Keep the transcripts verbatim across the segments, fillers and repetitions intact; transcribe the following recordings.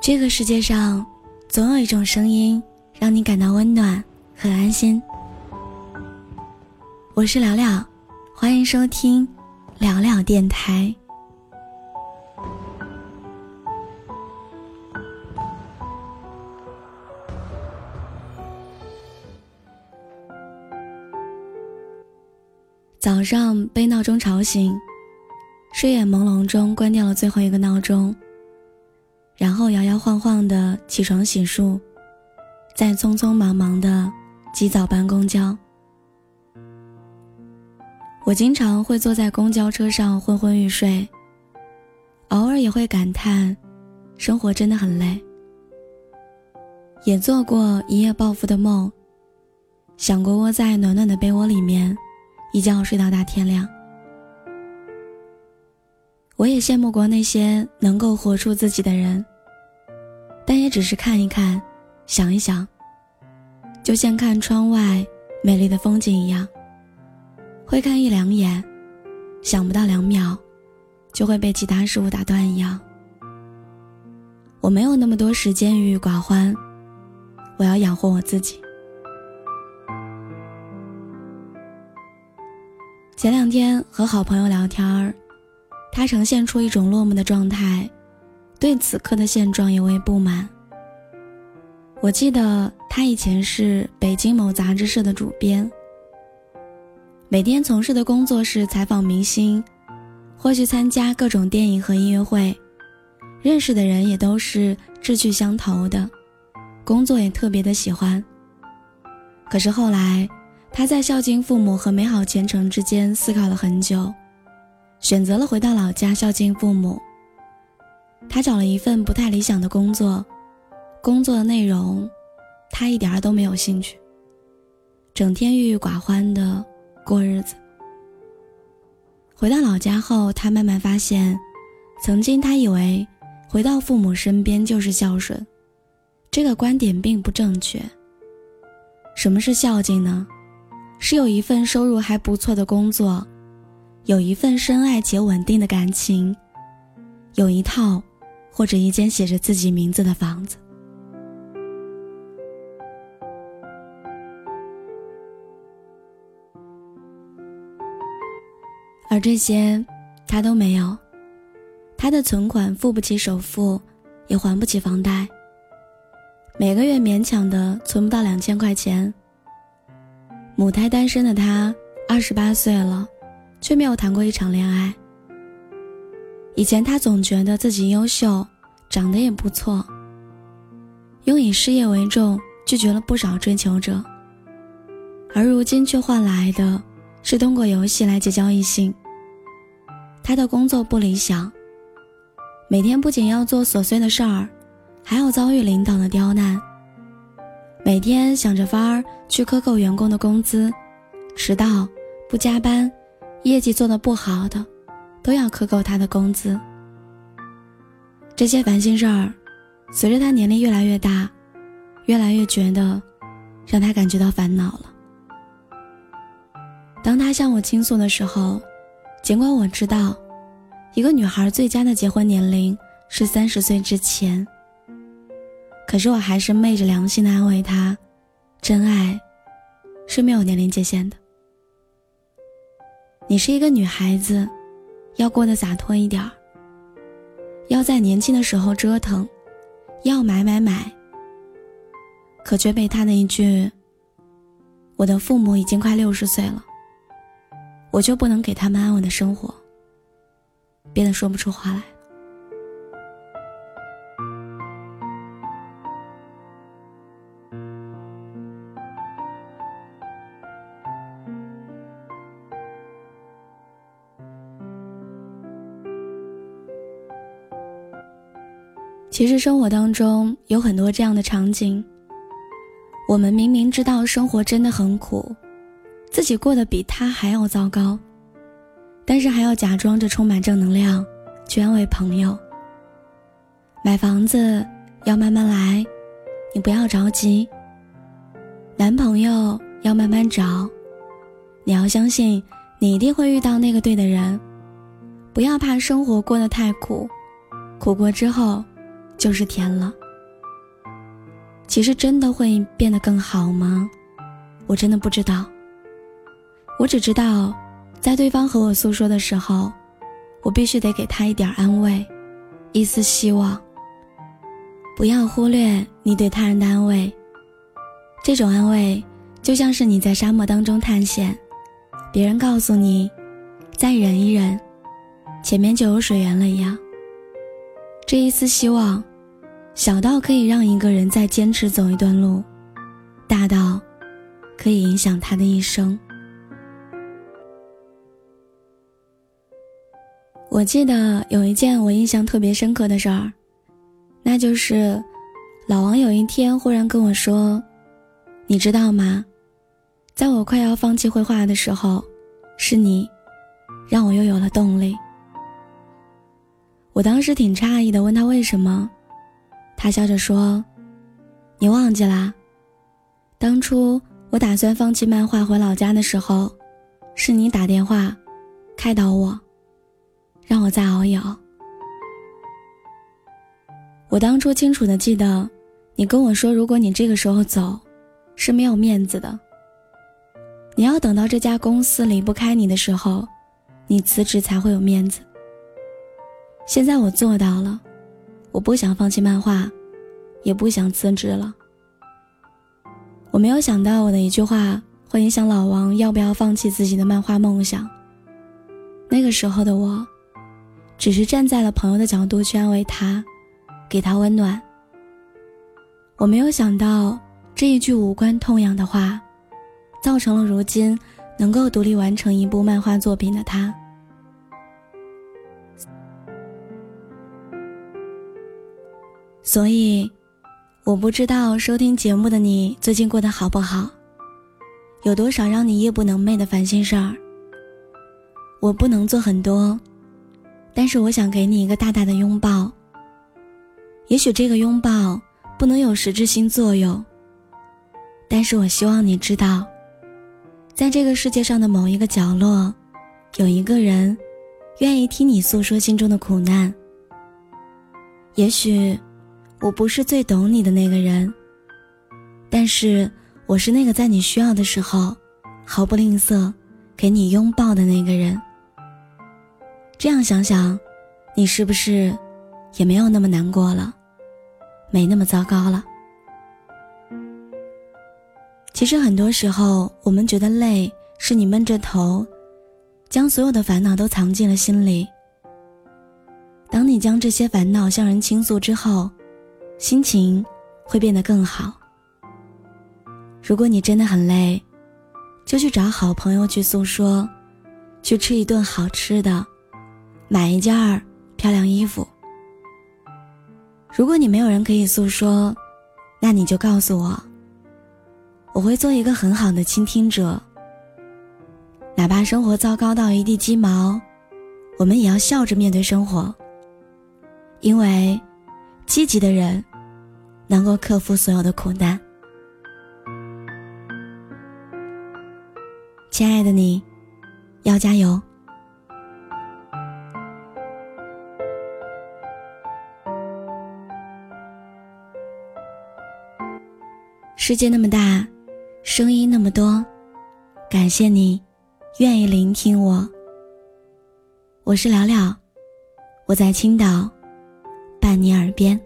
这个世界上总有一种声音让你感到温暖和安心。我是聊聊，欢迎收听聊聊电台。早上被闹钟吵醒，睡眼朦胧中关掉了最后一个闹钟，然后摇摇晃晃地起床洗漱，再匆匆忙忙地挤早班公交。我经常会坐在公交车上昏昏欲睡，偶尔也会感叹生活真的很累，也做过一夜暴富的梦，想过窝在暖暖的被窝里面一觉睡到大天亮。我也羡慕过那些能够活出自己的人，但也只是看一看，想一想，就像看窗外美丽的风景一样，会看一两眼，想不到两秒就会被其他事物打断一样。我没有那么多时间郁郁寡欢，我要养活我自己。前两天和好朋友聊天，他呈现出一种落寞的状态，对此刻的现状尤为不满。我记得他以前是北京某杂志社的主编，每天从事的工作是采访明星，或去参加各种电影和音乐会，认识的人也都是志趣相投的，工作也特别的喜欢。可是后来他在孝敬父母和美好前程之间思考了很久，选择了回到老家孝敬父母。他找了一份不太理想的工作，工作的内容他一点儿都没有兴趣，整天郁郁寡欢的过日子。回到老家后，他慢慢发现，曾经他以为回到父母身边就是孝顺，这个观点并不正确。什么是孝敬呢？是有一份收入还不错的工作，有一份深爱且稳定的感情，有一套或者一间写着自己名字的房子。而这些他都没有，他的存款付不起首付，也还不起房贷，每个月勉强的存不到两千块钱。母胎单身的他二十八岁了，却没有谈过一场恋爱。以前他总觉得自己优秀，长得也不错，用以事业为重，拒绝了不少追求者，而如今却换来的是通过游戏来结交异性。他的工作不理想，每天不仅要做琐碎的事儿，还要遭遇领导的刁难，每天想着法儿去克扣员工的工资，迟到、不加班，业绩做得不好的都要克扣他的工资。这些烦心事儿随着他年龄越来越大，越来越觉得让他感觉到烦恼了。当他向我倾诉的时候，尽管我知道一个女孩最佳的结婚年龄是三十岁之前，可是我还是昧着良心的安慰他，真爱是没有年龄界限的。你是一个女孩子，要过得洒脱一点儿，要在年轻的时候折腾，要买买买，可却被他的一句我的父母已经快六十岁了，我就不能给他们安稳的生活，憋得说不出话来。其实生活当中有很多这样的场景，我们明明知道生活真的很苦，自己过得比他还要糟糕，但是还要假装着充满正能量去安慰朋友。买房子要慢慢来，你不要着急。男朋友要慢慢找，你要相信你一定会遇到那个对的人。不要怕生活过得太苦，苦过之后就是甜了。其实真的会变得更好吗？我真的不知道。我只知道，在对方和我诉说的时候，我必须得给他一点安慰，一丝希望。不要忽略你对他人的安慰，这种安慰就像是你在沙漠当中探险，别人告诉你再忍一忍，前面就有水源了一样。这一丝希望，小到可以让一个人再坚持走一段路，大到可以影响他的一生。我记得有一件我印象特别深刻的事儿，那就是老王有一天忽然跟我说，你知道吗？在我快要放弃绘画的时候，是你让我又有了动力。我当时挺诧异的，问他为什么。他笑着说，你忘记啦？当初我打算放弃漫画回老家的时候，是你打电话开导我，让我再熬一熬。我当初清楚地记得，你跟我说，如果你这个时候走，是没有面子的。你要等到这家公司离不开你的时候，你辞职才会有面子。现在我做到了，我不想放弃漫画，也不想辞职了。我没有想到我的一句话会影响老王要不要放弃自己的漫画梦想。那个时候的我，只是站在了朋友的角度去安慰他，给他温暖。我没有想到这一句无关痛痒的话，造成了如今能够独立完成一部漫画作品的他。所以我不知道收听节目的你最近过得好不好，有多少让你夜不能寐的烦心事儿。我不能做很多，但是我想给你一个大大的拥抱。也许这个拥抱不能有实质性作用，但是我希望你知道，在这个世界上的某一个角落，有一个人愿意听你诉说心中的苦难。也许我不是最懂你的那个人，但是我是那个在你需要的时候毫不吝啬给你拥抱的那个人。这样想想，你是不是也没有那么难过了，没那么糟糕了？其实很多时候我们觉得累，是你闷着头将所有的烦恼都藏进了心里。当你将这些烦恼向人倾诉之后，心情会变得更好。如果你真的很累，就去找好朋友去诉说，去吃一顿好吃的，买一件儿漂亮衣服。如果你没有人可以诉说，那你就告诉我，我会做一个很好的倾听者。哪怕生活糟糕到一地鸡毛，我们也要笑着面对生活，因为积极的人能够克服所有的苦难。亲爱的你，要加油。世界那么大，声音那么多，感谢你愿意聆听我。我是聊聊，我在青岛，伴你耳边。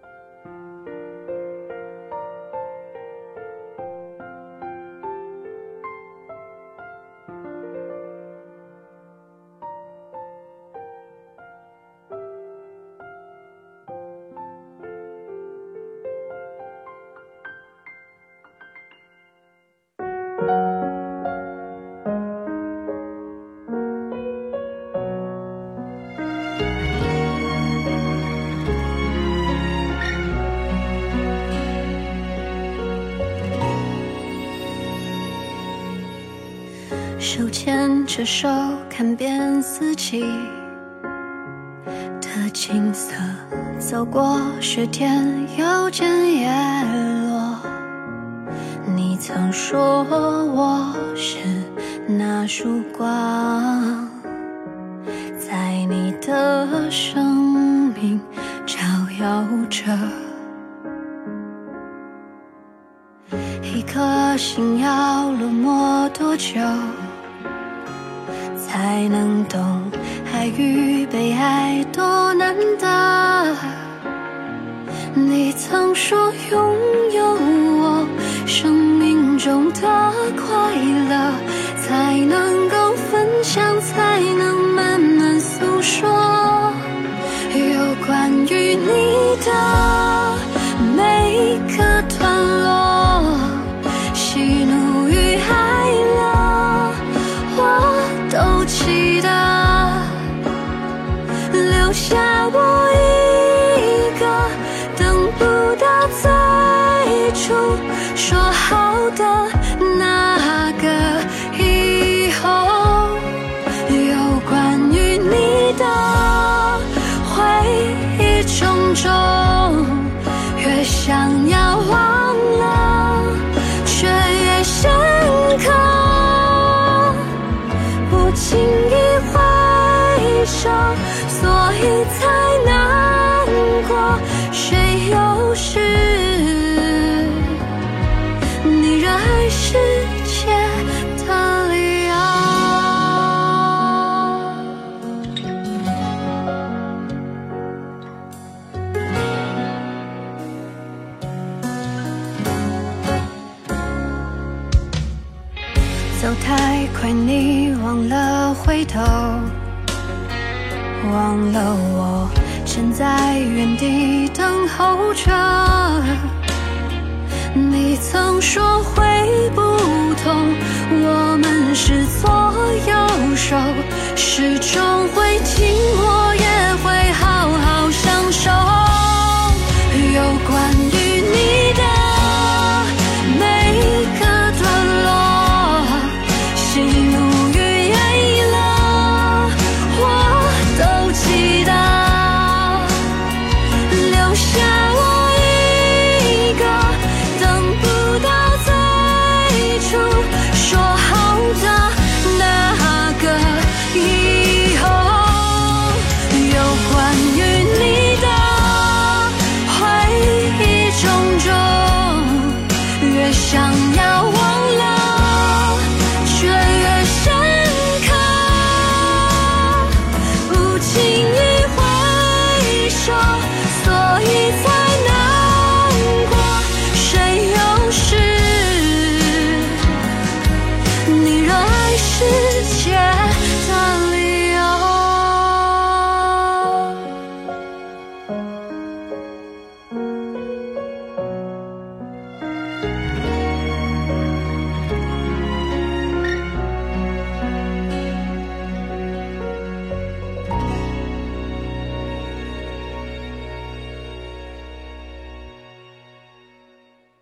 手牵着手看遍四季的景色，走过雪天又见叶落。你曾说我是那束光，在你的生命照摇着，一颗心要落寞多久才能懂爱与被爱多难得？你曾说拥有我生命中的快乐，才能够分享，才能慢慢诉说。有关于你的每个段落，喜怒与哀乐我都记得，留下我一个等不到最初说好的那个以后。有关于你的回忆种种，越想要忘了却越深刻，不经意回首，所以才难过。谁又是你热爱世界的理由？走太快，你忘了回头，忘了我站在原地等候着。你曾说会不同，我们是错